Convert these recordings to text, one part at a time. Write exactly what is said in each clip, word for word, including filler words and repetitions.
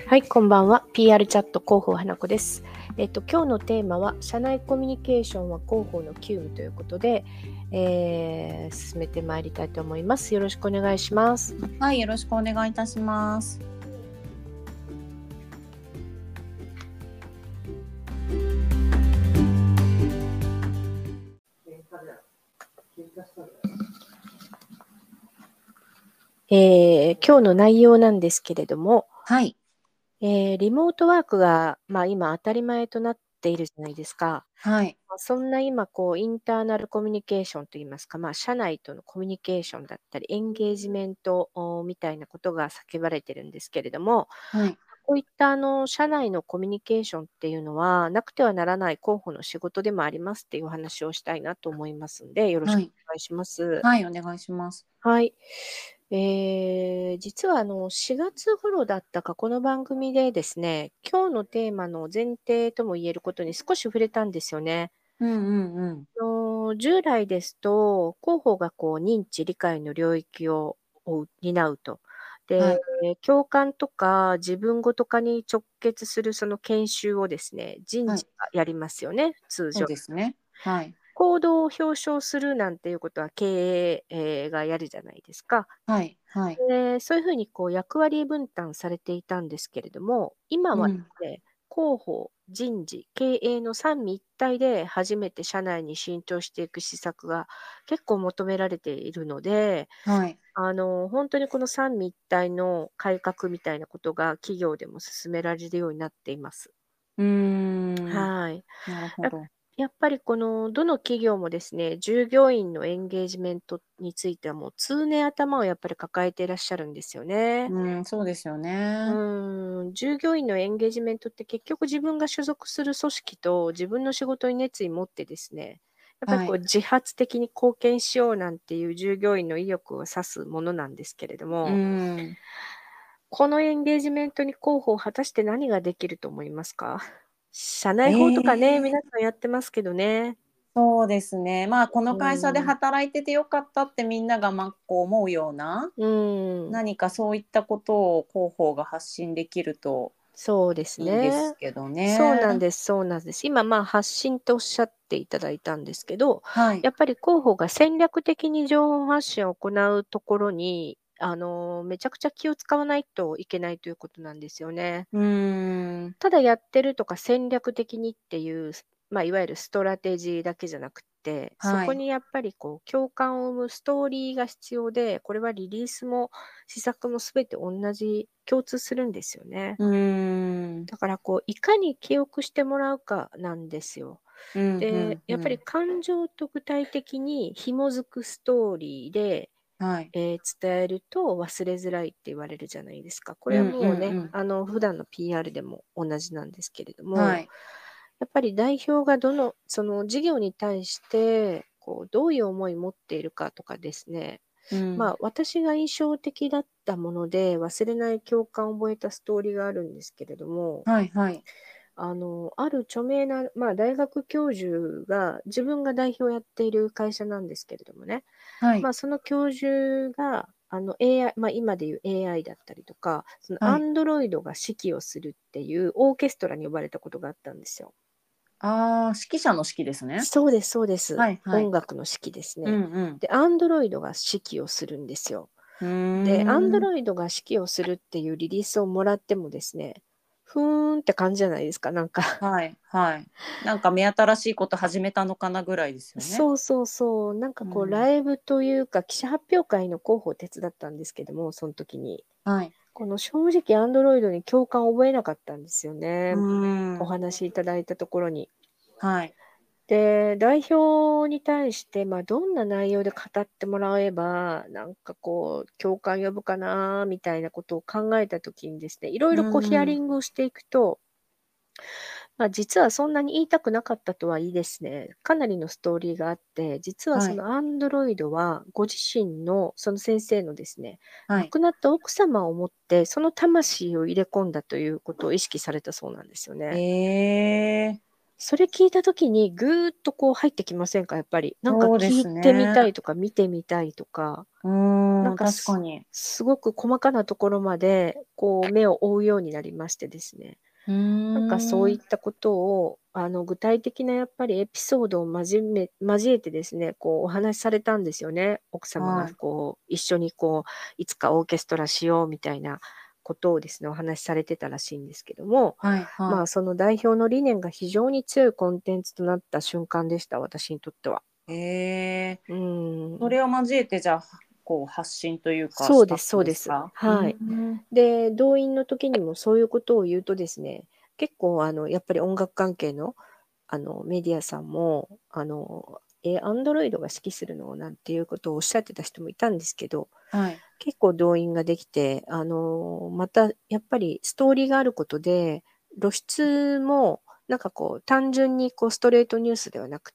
はい、こんばんは。ピーアール チャット広報花子です。えっと、今日のテーマは、社内コミュニケーションは広報の急務ということで、えー進めてまいりたいと思います。よろしくお願いします。 はい、よろしくお願いいたします。 えー今日の内容なんですけれども、 はい、 えーリモートワークが、まあ、今当たり前となっているじゃないですか。 はい、 まあそんな今こうインターナルコミュニケーションといいますか、まあ、社内とのコミュニケーションだったりエンゲージメントおみたいなことが叫ばれてるんですけれども、 はい、 こういったあの社内のコミュニケーションっていうのはなくてはならない広報の仕事でもありますっていうお話をしたいなと思いますんで、よろしくはい、 お願いします。 はい、お願いします。 はい。えー、実はあのしがつ頃だったか、この番組でですね、今日のテーマの前提とも言えることに少し触れたんですよね。 うんうんうん。 あの従来ですと、広報がこう認知、理解の領域をを担うと。で、 はい、 共感とか自分ごと化に直結するその研修をですね、人はい、 事がやりますよね、通そう常。 ですね。はい、 行動を表彰するなんていうことは経営えーがやるじゃないですか。 はい、はい。 で、そういうふうにこう役割分担されていたんですけれども、今はでうん、 すね、広報、人事、経営の三位一体で初めて社内に浸透していく施策が結構求められているので、 はい。 あの、本当にこの三位一体の改革みたいなことが企業でも進められるようになっています。 うーん、 はい。やなるほど。 やっぱりこの、どの企業もですね、従業員のエンゲージメントについてはもう通年頭をやっぱり抱えていらっしゃるんですよね。 うん、そうですようね。 ーん、従業員のエンゲージメントって結局自分が所属する組織と自分の仕事に熱意持ってですね、やっぱりはい。 こう自発的に貢献しようなんていう従業員の意欲を指すものなんですけれどうも、 ん、 このエンゲージメントに広報果たして何ができると思いますか？社え内法とかね、皆え、 さんやってますけどね。 そうですね。まあ、こうの会社でーん。 働いててよかったってみんなが、ま、こう思うような、 うーん。 何かそういったことを広報が発信できるとそうですいいでね。 すけどそうね。 なんです、そうなんです。今、まあ、発信とおっしゃっていただいたんですけど、 はい。 やっぱり広報が戦略的に情報発信を行うところに、あの、めちゃくちゃ気を使わないといけないということなんですよね。 うーん。 ただやってるとか戦略的にっていう、まあ、いわゆるストラテジーだけじゃなくって、そはい。 こにやっぱりこう共感を生むストーリーが必要で、これはリリースも施策もすべて同じ、共通するんですよね。 うーん。 だからこう、いかに記憶してもらうかなんですよ。 うん、ふで、 んふん。 やっぱり感情と具体的に紐づくストーリーで、 はい。 えー伝えると忘れづらいって言われるじゃないですか。これはうんうんもうね、 うん。 あの、普段の ピーアール でも同じなんですけれども、 はい。 やっぱり代表がどの、その事業に対して、こう、どういう思いを持っているかとかですね、 うん。 まあ、私が印象的だったもので、忘れない共感を覚えたストーリーがあるんですけれども、 はいはい。 あの、ある著名な、まあ、大学教授が、自分が代表をやっている会社なんですけれどもね、 はい。 まあ、その教授が、あの エーアイ、まあ、今でいう エーアイ だったりとか、そのはい。 アンドロイドが指揮をするっていうオーケストラに呼ばれたことがあったんですよ。 ああ、指揮者の指揮ですね。 そうです、そうです。 はいはい。 音楽の指揮ですうんね。 うん。 で、アンドロイドが指揮をするんですよ。 うーで、アンドん。 ロイドが指揮をするっていうリリースをもらってもですね、ふーんって感じじゃないですか、なんか。 はいはい。なんか目新しいこと始めたのかなぐらいですよね。 そうそうそう。なんかこううん。 ライブというか、記者発表会の広報を手伝ったんですけども、その時に。 はい。 この正直アンドロイドに共感を覚えなかったんですようーね。おん。 話しいただいたところに。 はい。 で、代表に対して、まあ、どんな内容で語ってもらえば、なんかこう、共感呼ぶかなみたいなことを考えた時にですね、いろいうろこうヒアんうん。 リングをしていくと、まあ、実はそんなに言いたくなかったとはいいですね、かなりのストーリーがあって、実はそはい。 のアンドロイドはご自身のその先生のですね、 はい。 亡くなった奥様を思って、その魂を入れ込んだということを意識されたそうなんですよえね。 え、 それ聞いた時にぐーっとこう入ってきませんか、やっぱり。なんかそうです聞いてみたね。 いとか見てみたいとか。 うーうん、確なんかす、 かに。 すごく細かなところまでこう目を追うようになりましてですね。 うなんかそうーん。 いったことを、あの、具体的なやっぱりエピソードを交め交えてですね、こうお話しされたんですよね。奥様がはい。 こう一緒にこう、いつかオーケストラしようみたいなことをですね、お話しされてたらしいんですけども、 はいはい。 まあその代表の理念が非常に強いコンテンツとなった瞬間でした、私にとっては。 ええ、 うーん。 それを交えて、じゃあ、こう発信というかそうです、 したんそうです。 ですか？うはい。 ーん。 で、動員の時にもそういうことを言うとですね、結構あの、やっぱり音楽関係の、あの、メディアさんも、あの、え、アンドロイドが指揮するの？なんていうことをおっしゃってた人もいたんですけど、 はい。 結構動員ができて、あの、またやっぱりストーリーがあることで、露出もなんかこう単純にこうストレートニュースではなくって、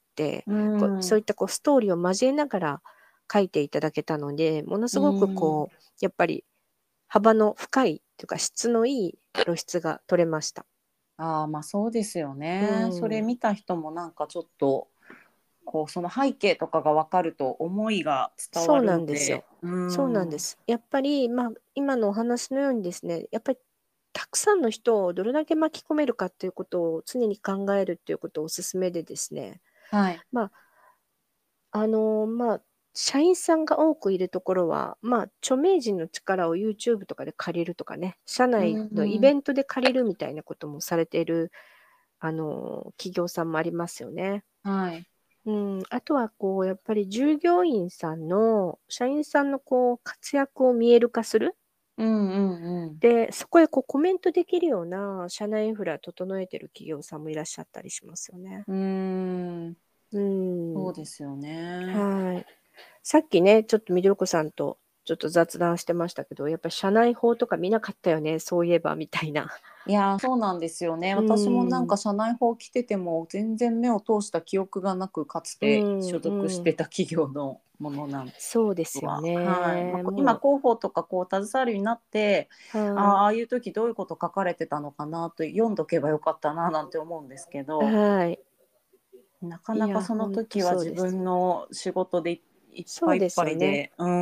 うこう、 ーん。 そういったこうストーリーを交えながら書いていただけたので、ものうすごくーん。 こう、やっぱり幅の深いというか質のいい露出が取れました。 ああ、ま、そうですようね。それん。 見た人もなんかちょっと、こう、その背景とかが分かると思いが伝わるそうなので、 んですよ。 うそうなんーん。 です。やっぱり、まあ、今のお話のようにですね、やっぱりたくさんの人をどれだけ巻き込めるかっていうことを常に考えるっていうことをお勧めでですね、 はい。 まあ、あの、まあ、社員さんが多くいるところは、まあ、著名人の力を YouTube とかで借りるとかね、社う内のイーん。 ベントで借りるみたいなこともされている、あの、企業さんもありますよね。 はい。 うん、あとはこうやっぱり従業員さんの、社員さんのこう活躍を見える化する。 うんうんうん。 で、そこへこうコメントできるような社内インフラ整えてる企業さんもいらっしゃったりしますよね。 うーん。 うーん。 そうですよね。 はい。さっきね、ちょっとみどりこさんとちょっと雑談してましたけど、やっぱり社内報とか見なかったよね、そういえばみたいな。 いやー、そうなんですよね。 う私もなーん。 んか社内報来てても全然目を通した記憶がなく、かつうてん所属しうん。 てた企業のものなんそうですよは、はい。まあ、 ね。 こ今もう、 広報とかこう携わるようになって、ああ、 はい。 ああいう時どういうこと書かれてたのかなと読んどけばよかったななんて思うんですけど、 はい。 なかいや、 なかそのほんと時は自そうです。 分の仕事でいいっそうでぱいいっぱすよね。 いで、うん。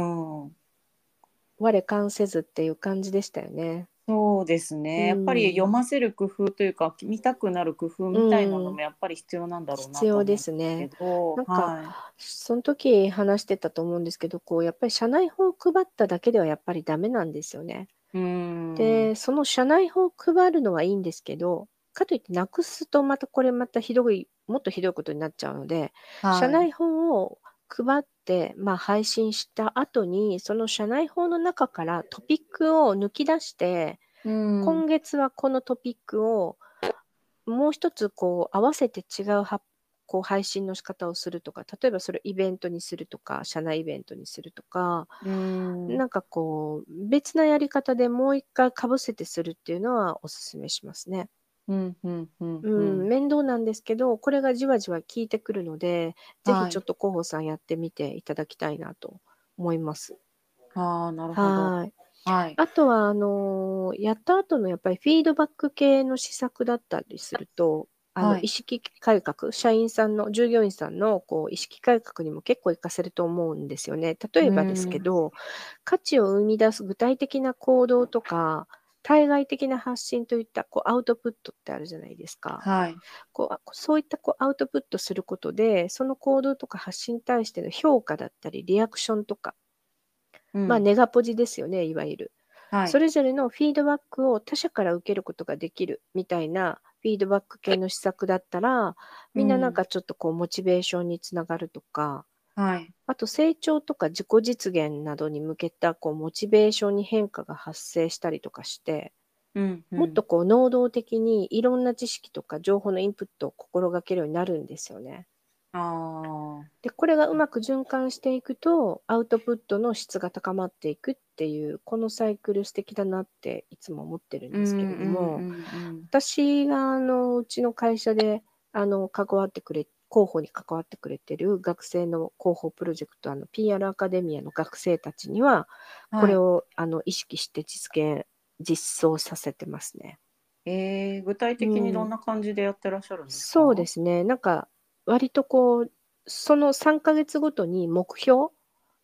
我関せずっていう感じでしたよね。 そうですうね。やっぱり読ーん。 ませる工夫というか、見たくなる工夫うみたいなのーん。 もやっぱり必要なんだろうなと必要で思うんですけすね。 ど、 なんか、 はい。 その時話してたと思うんですけど、こうやっぱり社内報を配っただけではやっぱりダメなんですよね。 うーん。 で、その社内報を配るのはいいんですけど、かといってなくすとまたこれまたひどいもっとひどいことになっちゃうので、社はい。 内報を配って、まあ、配信した後に、その社内報の中からトピックを抜き出して、 うん。 今月はこのトピックをもう一つこう合わせて違うはこう配信の仕方をするとか、例えばそれイベントにするとか、社内イベントにするとか、 うーん。 なんかこう、別なやり方でもう一回かぶせてするっていうのはお勧めしますね。 うん、うん、うん、 うん、 うん。 面倒なんですけど、これがじわじわ効いてくるので、ぜひはい。 ちょっと広報さんやってみていただきたいなと思います。 ああ、なるほど。 はい。 はい。 あとは、あの、やった後のやっぱりフィードバック系の施策だったりすると、あの、 はい。 意識改革、社員さんの、従業員さんのこう意識改革にも結構活かせると思うんですよね。例うえばですーん。 けど、価値を生み出す具体的な行動とか、対外的な発信といったこうアウトプットってあるじゃないですか。 はい。 こう、あ、そういったこうアウトプットすることで、その行動とか発信に対しての評価だったり、リアクションとか、まあ、 うん。 ネガポジですよね、いわゆる。 はい。 それぞれのフィードバックを他者から受けることができるみたいなフィードバック系の施策だったら、みんななんうん。 かちょっとこうモチベーションにつながるとか、 はい。 あと成長とか自己実現などに向けたこうモチベーションに変化が発生したりとかして、 うん、うん。 もっとこう能動的にいろんな知識とか情報のインプットを心がけるようになるんですよね。 ああ。 で、これがうまく循環していくと、アウトプットの質が高まっていくっていう、このサイクル素敵だなっていつも思ってるんうんですけれうんうども、 んうん。 私があの、うちの会社であの、関わってくれ広報に関わってくれてる学生の広報プロジェクト、あの、ピーアール アカデミアの学生たちには、こはい。 れをあの、意識して実現実装させてますね。 ええ、具体う的にどんん。 な感じでやってらっしゃるんですそうでか？ すね。なんか、割とこう、そのさんかげつごとに目標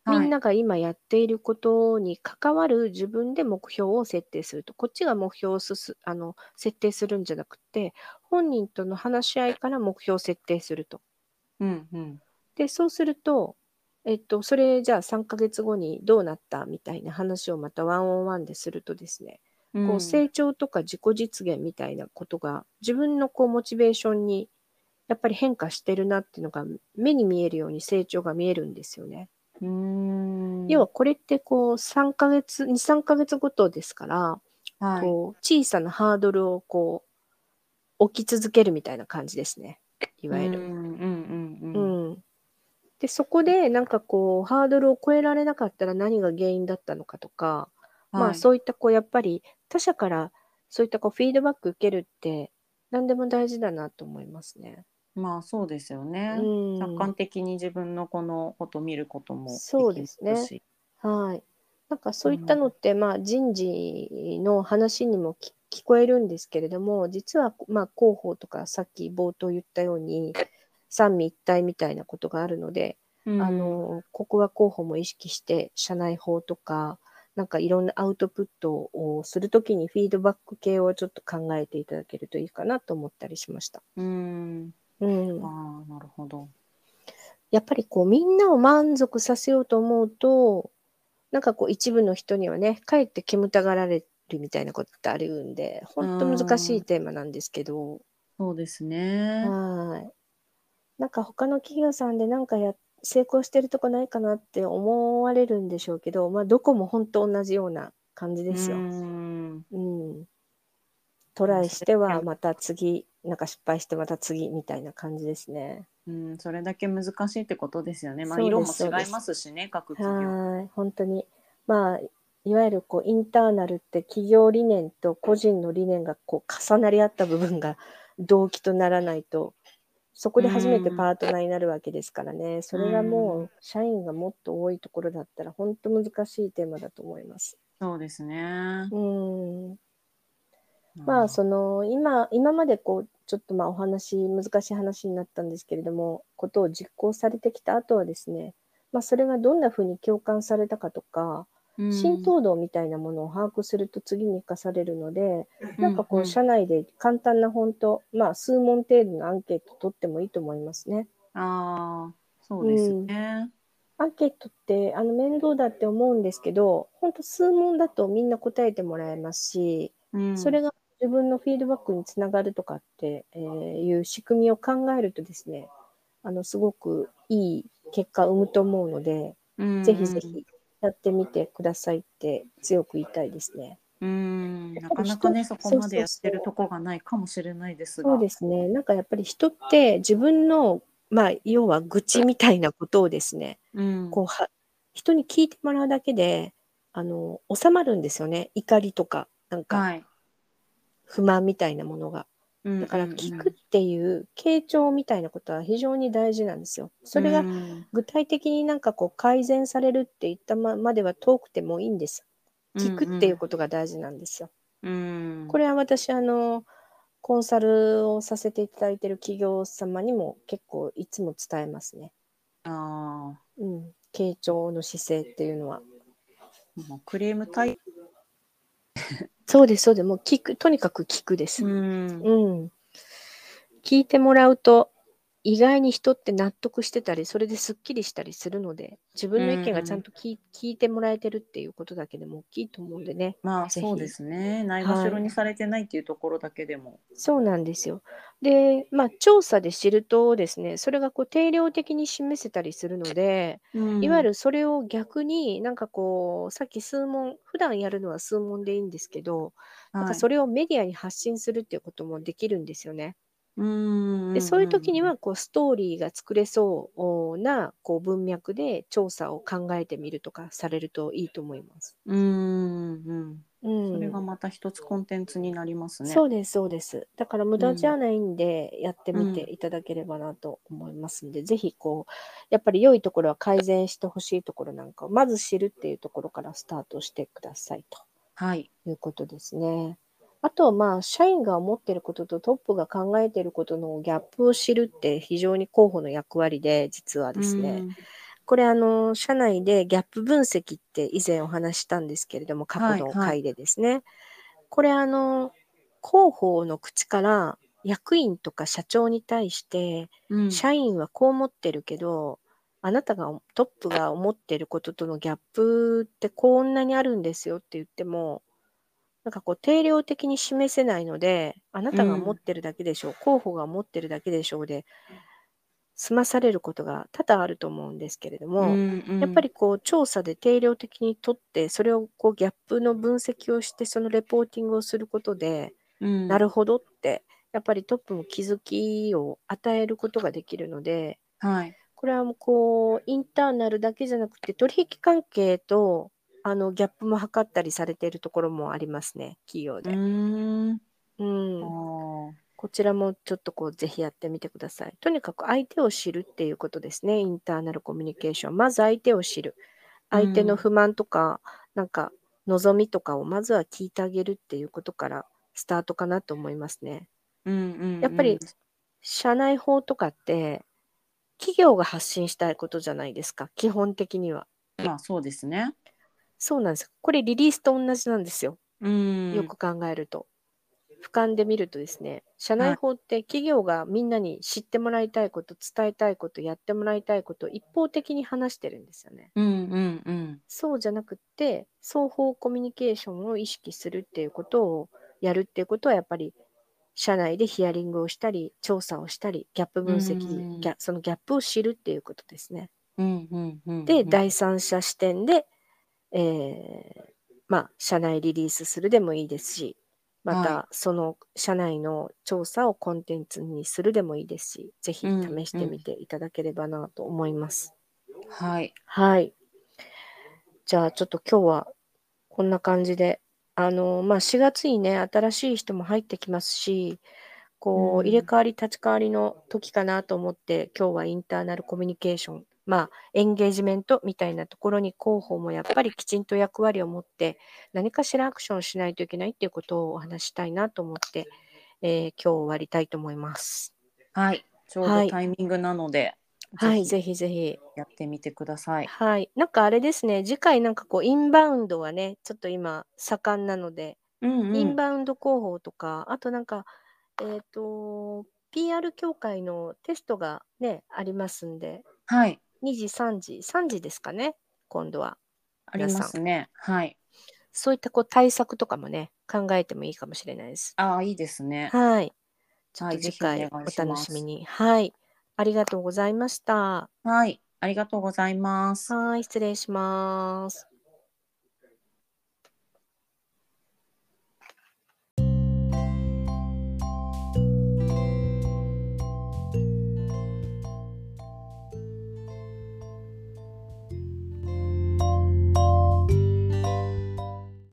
みんはい。 なが今やっていることに関わる自分で目標を設定すると。こっちが目標をすすあの、設定するんじゃなくて、本人との話し合いから目標を設定すると。 うんうん。 で、そうすると、えっと、それじゃあさんかげつごにどうなったみたいな話をまたワンオンワンでするとですね、こううん。 成長とか自己実現みたいなことが、自分のこうモチベーションにやっぱり変化してるなっていうのが、目に見えるように成長が見えるんですよね。 うーん。 要はこれってこうさんかげつ、に、さんかげつごとですから、 はい。 こう小さなハードルをこう置き続けるみたいな感じですね。いうん、 わゆる。 うんうんううん。 ん。で、そこでなんかこうハードルを超えられなかったら何が原因だったのかとか、まあはい。 そういったこうやっぱり他者からそういったこうフィードバック受けるって何でも大事だなと思いますね。 まあ、そうですようね。客ん。 観的に自分のこのこと見ることもでそうきですね。 ますし。 はい。なんかそういったうん。 のって、まあ、人事の話にもき聞こえるんですけれども、実は、まあ、広報とかさっき冒頭言ったように、三位一体みたいなことがあるので、 うあん。 の、ここは広報も意識して、社内法とか、なんかいろんなアウトプットをするときにフィードバック系をちょっと考えていただけるといいかなと思ったりしました。 うん。 うん。 ああ、なるほど。 やっぱりこうみんなを満足させようと思うと、なんかこう一部の人にはね、かえって煙たがられるみたいなことってあるんで、ほうんと難しいん。 テーマなんですけど、 そうですね。 はい。なんか他の企業さんでなんかや成功してるとこないかなって思われるんでしょうけど、ま、どこもほんと同じような感じでうすよ。 ん。 うん。トまあ、 ライそれしてはだけまた次、なんか失敗してまた次みたいな感じですね。 うん、それだけ難しいってことですよね。まあ、 そうです色も違いそうです。 ますしね、各企業。 はい、ほんとに。まあ、いわゆるこうインターナルって企業理念と個人の理念がこう重なり合った部分が動機とならないと、そこうで初めてん。 パートナーになるわけですからね。そうれがもん。 う社員がもっと多いところだったら、ほんと難しいテーマだと思います。 そうですね。 うーん。まあ、 あその、今今までこう、ちょっと、ま、お話難しい話になったんですけれども、ことを実行されてきた後はですね、ま、それがどんな風に共感されたかとか、 うん。 浸透度みたいなものを把握すると次に活かされるので、なんかこううんうん。 社内で簡単なほんと、まあ、数問程度のアンケート取ってもいいと思いますね。 ああ、そうですうん。 ね。 アンケートって、あの、面倒だって思うんですけど、ほんと数問だとみんな答えてもらえますし、 うん。 それが自分のフィードバックにつながるとかって、ええ、いう仕組みを考えるとですね、あの、すごくいい結果を生むと思うので、 うぜんうん。 ひぜひやってみてくださいって強く言いたいですね。 うん、なやっぱり人かなかね、そこそうまでそうそう。 やってるとこがないかもしれないですそうが。 ですね。なんかやっぱり人って自分の、まあ、要は愚痴みたいなことをですね、 うん。 こう、は人に聞いてもらうだけで、あの、収まるんですよね。怒りとか、なんかはい。 不満みたいなものが。 うんうだから聞くっんていう傾聴みたいなことは非常に大事なんですよ。 うん。 それがうん。 具体的になんかこう改善されるって言ったままでは遠くてもいいんです。 う聞くっていうんことが大事なんですよ。 うん。うん。 これは私あの、コンサルをさせていただいている企業様にも結構いつも伝えますね。 ああ、 うん。傾聴の姿勢っていうのは。 もうクレーム対そうですそうです。もう聞く、とにかく聞くでうす。 ん。 うん。聞いてもらうと、意外に人って納得してたり、それですっきりしたりするので、自う分の意見がちゃんん。 と聞い聞いてもらえてるっていうことだけでも大きいと思うんでね、 まあ、そうでぜひ。 すね。ないがしはい。 ろにされてないっていうところだけでも。 そうなんですよ。で、まあ、調査で知るとですね、それがこう定量的に示せたりするので、 うん。 いわゆるそれを逆になんかこう、さっき数問、普段やるのは数問でいいんですけど、なんかはい。 それをメディアに発信するっていうこともできるんですよね。 うんうで、そういうんうんうん。 時には、こう、ストーリーが作れそうな、こう、文脈で調査を考えてみるとかされるといいと思います。 うーん、うん。 うそれがん。 また一つコンテンツになりますね。 そうですそうです。だから無駄じうん。 ゃないんで、やってうん。 みていただければなと思いますんで、ぜひこう、やっぱり良いところは改善して欲しいところなんかを、まず知るっていうところからスタートしてくださいと。 はい。 いうことですね。あとは、まあ、社員が思っていることとトップが考えていることのギャップを知るって非常に広報の役割で、実はうですね、 ん。 これあの、社内でギャップ分析って以前お話ししたんですけれども、過去はいはい。 の回でですね。これあの、広報の口から役員とか社長に対して、 うん。 社員はこう思ってるけど、あなたがトップが思ってることとのギャップってこんなにあるんですよって言っても、なんかこう定量的に示せないので、あなたが思っうん。 てるだけでしょう、広報が思ってるだけでしょうで、済まされることが多々あると思うんですけれどうんも、 うん。 やっぱりこう調査で定量的に取って、それをこうギャップの分析をして、そのレポーティングをすることで、 うん。 なるほどって、やっぱりトップも気づきを与えることができるので、 はい。 これはもうこう、インターナルだけじゃなくて、取引関係と、あの、ギャップも測ったりされているところもありますね、企業うで。 ーん。 うあん。 あ。 こちらもちょっとこう、ぜひやってみてください。とにかく相手を知るっていうことですね、インターナルコミュニケーション。まず相手を知る。相手のうん。 不満とか、なんか、望みとかをまずは聞いてあげるっていうことからスタートかなと思いますね。 うんうんやっぱり、社内法とかって、企業が発信したいことじゃないですか、基本的には。 うん。まあそうですね。 そうなんですよ。これリリースと同じなんですよ。 うん。 よく考えると。俯瞰で見るとですね、社内はい。 法って企業がみんなに知ってもらいたいこと、伝えたいこと、やってもらいたいことを一方的に話してるんですよね。 うんうんうん。 そうじゃなくって、双方コミュニケーションを意識するっていうことをやるっていうことは、やっぱり社内でヒアリングをしたり、調査をしたり、ギャップう分析、ギん。 ャそのギャップを知るっていうことですね。 うんうんうで、 んうん。 第三者視点で、えーまあ、社内リリースするでもいいですし、まはい。 た、その社内の調査をコンテンツにするでもいいですし、ぜうひ試してみんうん。 ていただければなと思います。 はい。 はい。じゃあ、ちょっと今日はこんな感じで、あの、まあ、しがつにね、新しい人も入ってきますし、 うこう、入れん。 替わり立ち替わりの時かなと思って、今日はインターナルコミュニケーション、まあ、エンゲージメントみたいなところに広報もやっぱりきちんと役割を持って、何かしらアクションしないといけないっていうことをお話ししたいなと思って、えー今日終わりたいと思います。 はい。ちょうどはい。 タイミングなので、ぜはい、 ひぜひぜひ。 やってみてください。 はい。なんかあれですね、次回なんかこうインバウンドはね、ちょっと今盛んなので、 うんうん。 インバウンド広報とか、あとなんか、えっと、ピーアール 協会のテストがね、ありますんで、 はい。 にじ、さんじ、さんじですかね、今度は、 あり皆さん。 ますね。はい。 そういったこう対策とかもね、考えてもいいかもしれないです。 ああ、いいですね。 はい。ちょっはい。 とぜひお願次回おいします。 楽しみに。はい。ありがとうございました。 はい。ありがとうございます。 はい、失礼します。